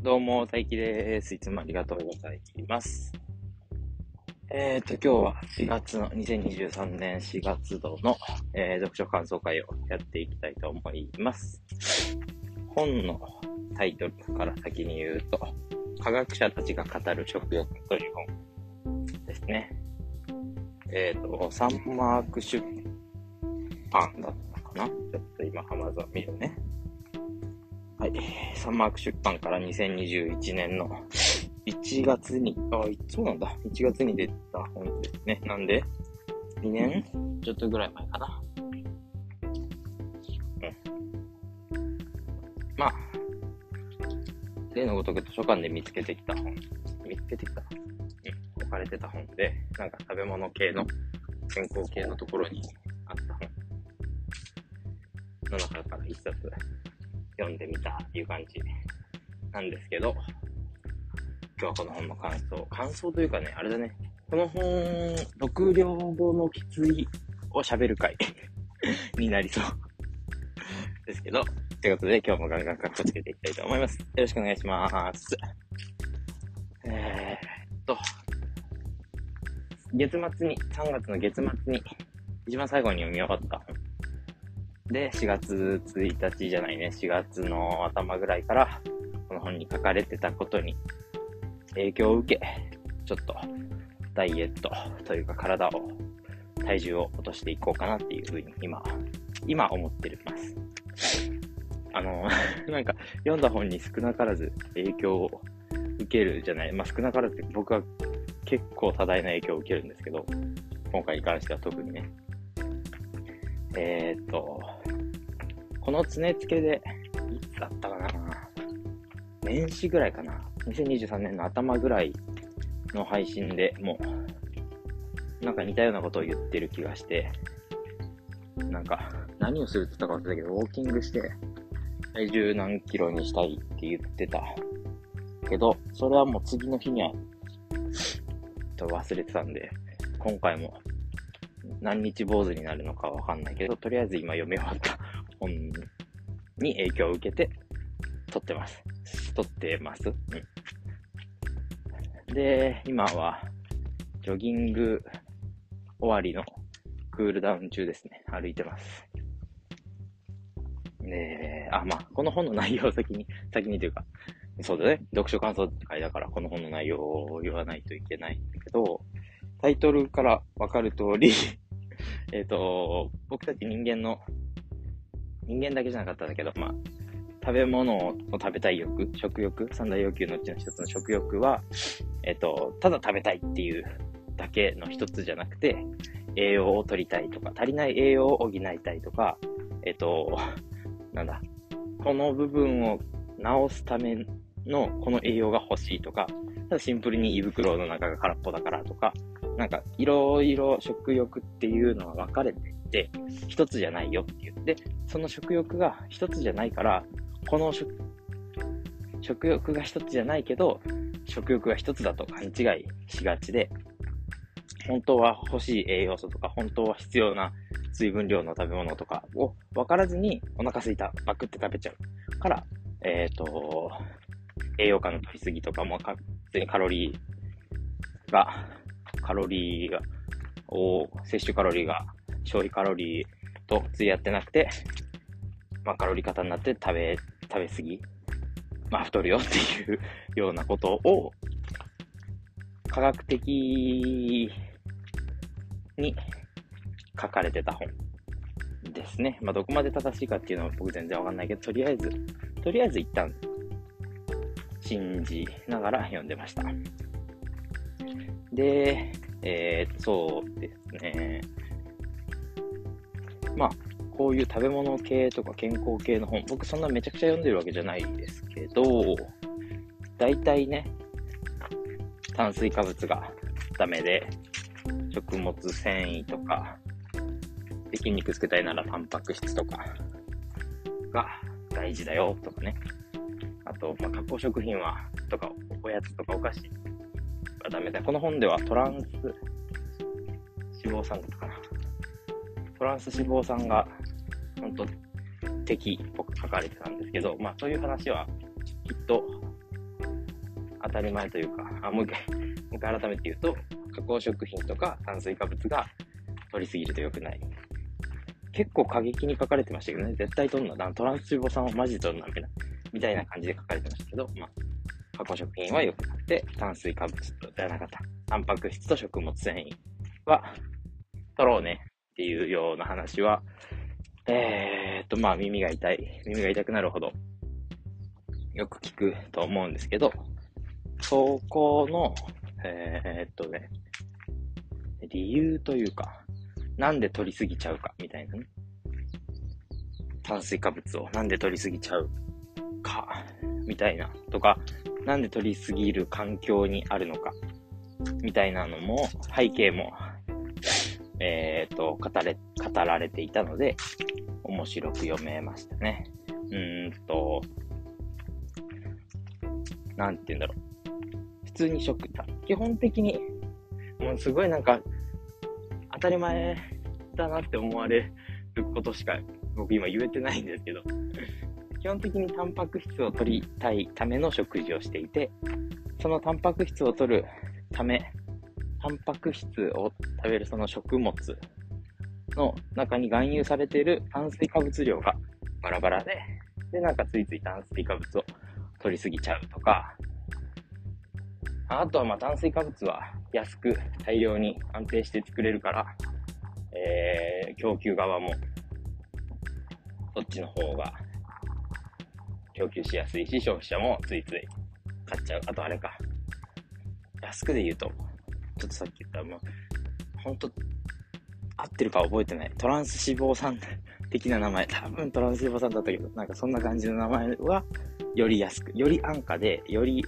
どうも、大輝です。いつもありがとうございます。今日は2023年4月度の、読書感想会をやっていきたいと思います。本のタイトルから先に言うと、科学者たちが語る食欲という本ですね。サンマーク出版だったかな？ちょっと今 Amazon 見るね。はい。サンマーク出版から2021年の1月に、そうなんだ。1月に出た本ですね。なんで、2年ちょっとぐらい前かな。まあ、例のごとく図書館で見つけてきた本。置かれてた本で、なんか食べ物系の、健康系のところにあった本の中から一冊読んでみたっていう感じなんですけど、今日はこの本の感想というかね、あれだね、この本、6両語の決意を喋る回になりそうですけど、ということで今日もガンガンカッコつけていきたいと思います。よろしくお願いします。3月の月末に、一番最後に読み終わった本。で、4月1日じゃないね、4月の頭ぐらいから、この本に書かれてたことに影響を受け、ちょっとダイエットというか体重を落としていこうかなっていうふうに今思ってます。なんか読んだ本に少なからず影響を受けるじゃない。まあ少なからず僕は結構多大な影響を受けるんですけど、今回に関しては特にね。この常付けで、いつだったかな、年始ぐらいかな。2023年の頭ぐらいの配信でもう、なんか似たようなことを言ってる気がして、なんか、何をするって言ったか忘れたけど、ウォーキングして、体重何キロにしたいって言ってた。けど、それはもう次の日には、忘れてたんで、今回も何日坊主になるのかわかんないけど、とりあえず今読み終わった本に影響を受けて、撮ってます。で、今は、ジョギング終わりのクールダウン中ですね。歩いてます。この本の内容を先にというか、そうだね。読書感想会だからこの本の内容を言わないといけないんだけど、タイトルからわかる通り、僕たち人間だけじゃなかったんだけど、食べ物を食べたい欲、食欲、三大欲求のうちの一つの食欲は、ただ食べたいっていうだけの一つじゃなくて、栄養を取りたいとか、足りない栄養を補いたいとか、この部分を治すためのこの栄養が欲しいとか、ただシンプルに胃袋の中が空っぽだからとか、なんかいろいろ食欲っていうのは分かれていて、一つじゃないよっていう。で、その食欲が一つじゃないから、この食欲が一つじゃないけど、食欲が一つだと勘違いしがちで、本当は欲しい栄養素とか、本当は必要な水分量の食べ物とかを分からずにお腹すいた、バクって食べちゃうから、栄養価の取りすぎとかも普通に摂取カロリーが消費カロリーと釣り合ってなくて、カロリー過多になって食べ過ぎ、太るよっていうようなことを科学的に書かれてた本ですね。どこまで正しいかっていうのは僕全然わかんないけど、とりあえず一旦信じながら読んでました。で、そうですね。こういう食べ物系とか健康系の本、僕そんなめちゃくちゃ読んでるわけじゃないですけど、大体ね、炭水化物がダメで、食物繊維とか、で筋肉つけたいならタンパク質とかが大事だよとかね。あと、加工食品とか、おやつとかお菓子はダメだよ。この本ではトランス脂肪酸だったかな。トランス脂肪酸が本当敵っぽく書かれてたんですけど、そういう話はきっと当たり前というか、もう一回改めて言うと、加工食品とか炭水化物が取りすぎると良くない。結構過激に書かれてましたけどね、絶対取るな、トランス脂肪酸をマジで取るな、みたいな感じで書かれてましたけど、加工食品は良くなくて、炭水化物じゃなかった。タンパク質と食物繊維は取ろうねっていうような話は、耳が痛くなるほどよく聞くと思うんですけど、そこの、理由というか、なんで取りすぎちゃうかみたいなね。炭水化物をなんで取りすぎちゃうかみたいなとか、なんで取りすぎる環境にあるのかみたいなのも背景も語られていたので面白く読めましたね。なんて言うんだろう。普通に基本的にもうすごいなんか当たり前だなって思われることしか僕今言えてないんですけど、基本的にタンパク質を取りたいための食事をしていて、そのタンパク質を取るため、タンパク質を食べるその食物の中に含有されている炭水化物量がバラバラでなんかついつい炭水化物を取りすぎちゃうとか、あとは炭水化物は安く大量に安定して作れるから、供給側もそっちの方が供給しやすいし、消費者もついつい買っちゃう。あとあれか、安くで言うと、ちょっとさっき言った本当合ってるか覚えてない、トランス脂肪酸的な名前、多分トランス脂肪酸だったけど、なんかそんな感じの名前はより安く、より安価で、より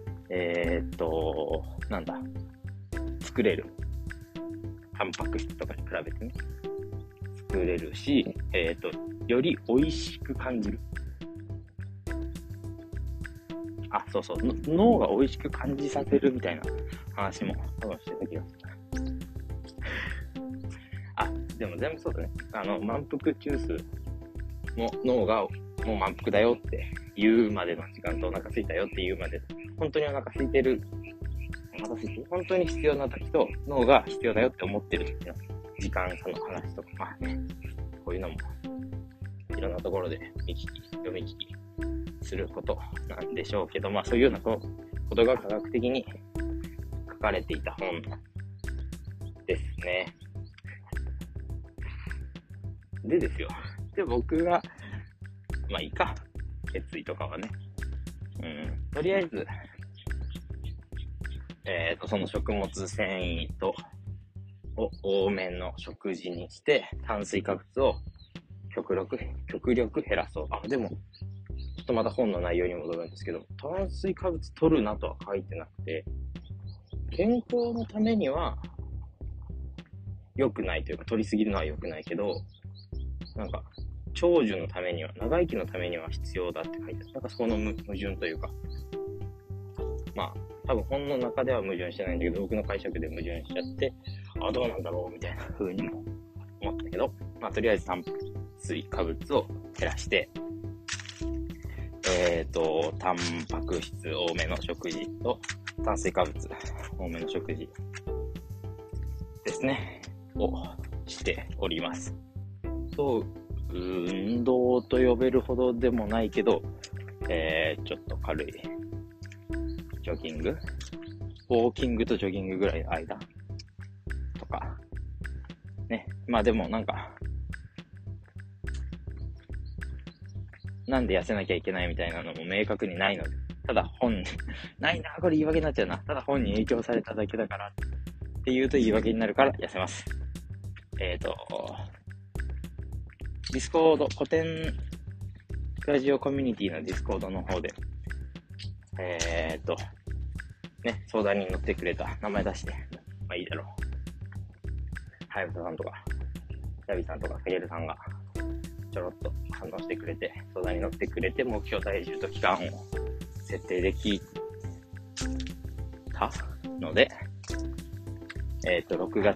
作れる。タンパク質とかに比べてね、作れるし、より美味しく感じる。脳が美味しく感じさせるみたいな話も多分してた気がする。でも全部そうだね。満腹中枢も脳がもう満腹だよって言うまでの時間と、お腹空いたよって言うまで、本当にお腹空いてる、本当に必要な時と脳が必要だよって思ってる時の時間差の話とか、こういうのもいろんなところで読み聞きすることなんでしょうけど、そういうようなことが科学的に書かれていた本ですね。でですよ。で、僕がいいか、決意とかはね、とりあえずその食物繊維を多めの食事にして、炭水化物を極力減らそう。でも、ちょっとまた本の内容に戻るんですけど、炭水化物取るなとは書いてなくて、健康のためには良くないというか、取りすぎるのは良くないけど、なんか、長寿のためには、長生きのためには必要だって書いてある。なんかその矛盾というか、多分本の中では矛盾してないんだけど、僕の解釈で矛盾しちゃって、どうなんだろうみたいな風にも思ったけど、とりあえず炭水化物を減らして、タンパク質多めの食事と炭水化物多めの食事ですね、をしております。運動と呼べるほどでもないけど、ちょっと軽いジョギング、ウォーキングとジョギングぐらいの間とかね。でもなんで痩せなきゃいけないみたいなのも明確にないので、ただないな、これ言い訳になっちゃうな。ただ本に影響されただけだからって言うと言い訳になるから痩せます。ディスコード、古典ラジオコミュニティのディスコードの方で、相談に乗ってくれた、名前出して、いいだろう。はやぶささんとか、ヤビさんとか、ケゲルさんが、ちょろっと反応してくれて、相談に乗ってくれて、目標体重と期間を設定できたので、6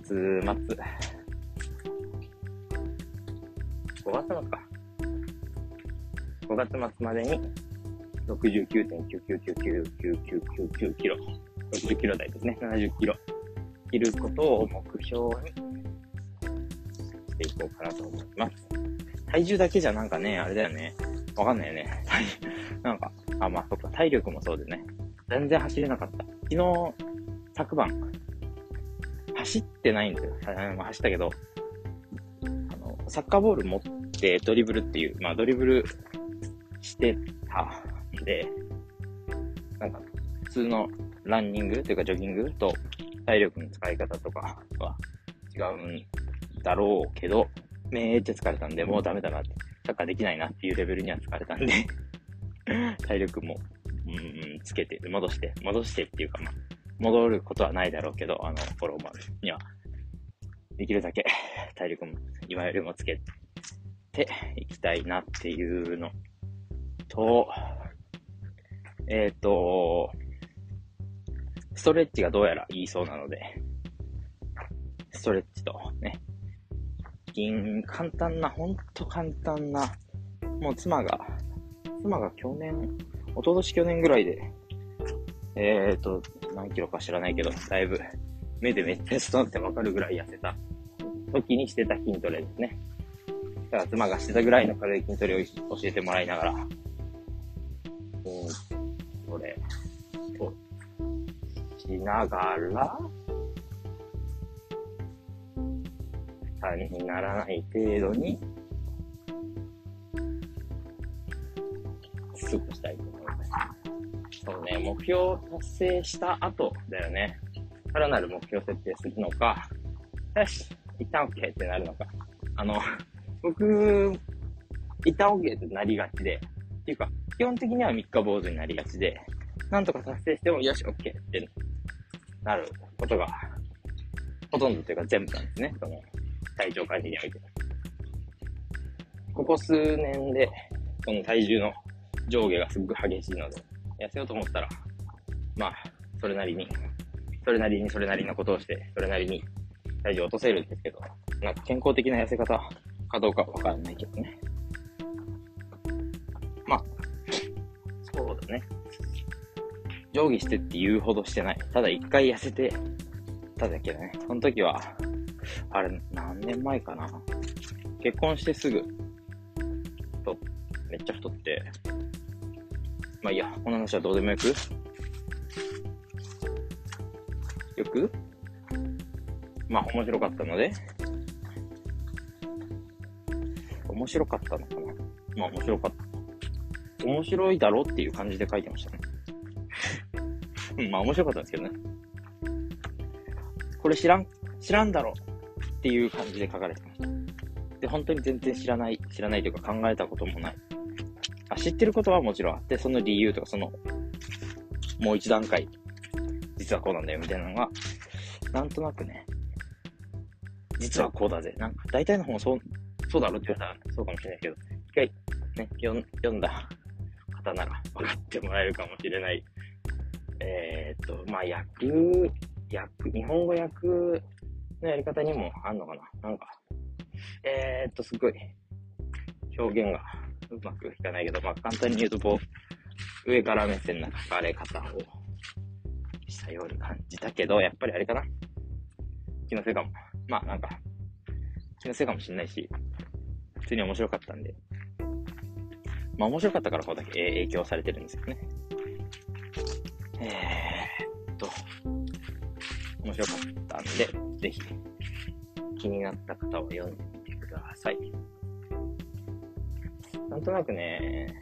月末、5月末までに、 69.9999999キロ。60キロ台ですね。70キロ。切ることを目標にしていこうかなと思います。体重だけじゃなんかね、あれだよね。わかんないよね。なんか、まあそっか、体力もそうでね。全然走れなかった。昨日、昨晩、走ってないんですよ。走ったけど、サッカーボール持ってドリブルっていう、ドリブルしてたんで、なんか、普通のランニングというかジョギングと体力の使い方とかは違うんだろうけど、めっちゃ疲れたんで、もうダメだなって、サッカーできないなっていうレベルには疲れたんで、体力も、つけて、戻してっていうか、戻ることはないだろうけど、フォローマルには、できるだけ体力も今よりもつけていきたいなっていうのと、ストレッチがどうやらいいそうなので、ストレッチとね、簡単な、ほんと簡単な、もう妻が去年ぐらいで、何キロか知らないけど、だいぶ目でめっちゃストンってわかるぐらい痩せた時にしてた筋トレですね。だから妻がしてたぐらいの軽い筋トレを教えてもらいながら、それをしながら、負担にならない程度に過ごしたいと思います。そうね、目標を達成した後だよね。さらなる目標設定するのか、よし、一旦 OK ってなるのか。僕、一旦 OK ってなりがちで、っていうか、基本的には三日坊主になりがちで、なんとか達成しても、よし、OK ってなることが、ほとんどというか全部なんですね。その、体調管理において。ここ数年で、この体重の上下がすごく激しいので、痩せようと思ったら、それなりにのことをして、それなりに体重を落とせるんですけど、なんか健康的な痩せ方かどうかはわからないけどね。そうだね。上下してって言うほどしてない。ただ一回痩せてただけどね。その時は、あれ、何年前かな。結婚してすぐ、めっちゃ太って、いいや、この話はどうでもよく面白かったので、面白かったのかな。面白いだろっていう感じで書いてましたね。面白かったんですけどね。これ知らんだろっていう感じで書かれてました。で、本当に全然知らないというか考えたこともない。知ってることはもちろんあって、その理由とかもう一段階、実はこうなんだよみたいなのが、なんとなくね、実はこうだぜ。なんか大体の本そうだろって言われたらそうかもしれないけど、一回ね、読んだ方なら分かってもらえるかもしれない。日本語訳のやり方にもあんのかな。なんか、すごい表現がうまくいかないけど、簡単に言うと上から目線な書かれ方をしたように感じたけど、やっぱりあれかな。気のせいかも。気のせいかもしれないし、普通に面白かったんで。面白かったからこうだけ影響されてるんですよね。面白かったんで、ぜひ、気になった方は読んでみてください。なんとなくね、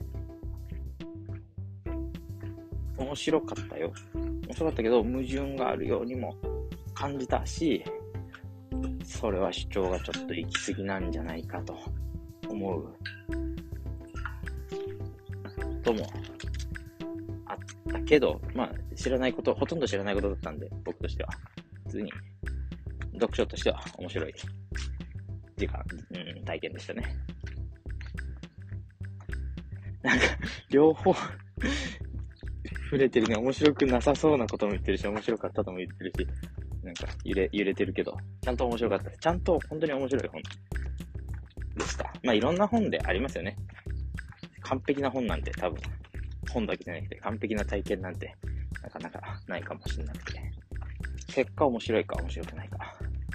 面白かったよ。面白かったけど、矛盾があるようにも感じたし、それは主張がちょっと行き過ぎなんじゃないかと思うこともあったけど、ほとんど知らないことだったんで、僕としては普通に読書としては面白い体験でしたね。なんか両方触れてるね。面白くなさそうなことも言ってるし、面白かったとも言ってるし、なんか揺れてるけど、ちゃんと面白かったです。ちゃんと本当に面白い本でした。いろんな本でありますよね。完璧な本なんて多分本だけじゃなくて完璧な体験なんてなかなかないかもしれなくて、結果面白いか面白くないか、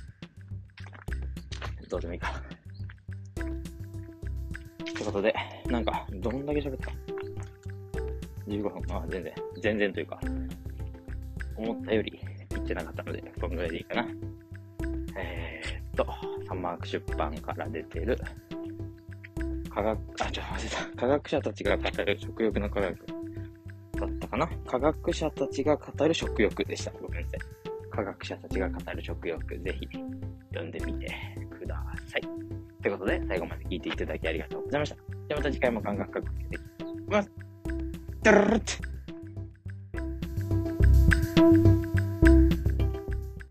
どうでもいいか。ってことで、なんか、どんだけ喋った ?15 分。まあ全然というか、思ったより言ってなかったので、こんぐらいでいいかな。サンマーク出版から出てる、忘れた。科学者たちが語る食欲の科学だったかな。科学者たちが語る食欲でした。ごめんなさい。科学者たちが語る食欲、ぜひ読んでみてください。ということで、最後まで聞いていただきありがとうございました。じゃあまた次回も感覚確認できます。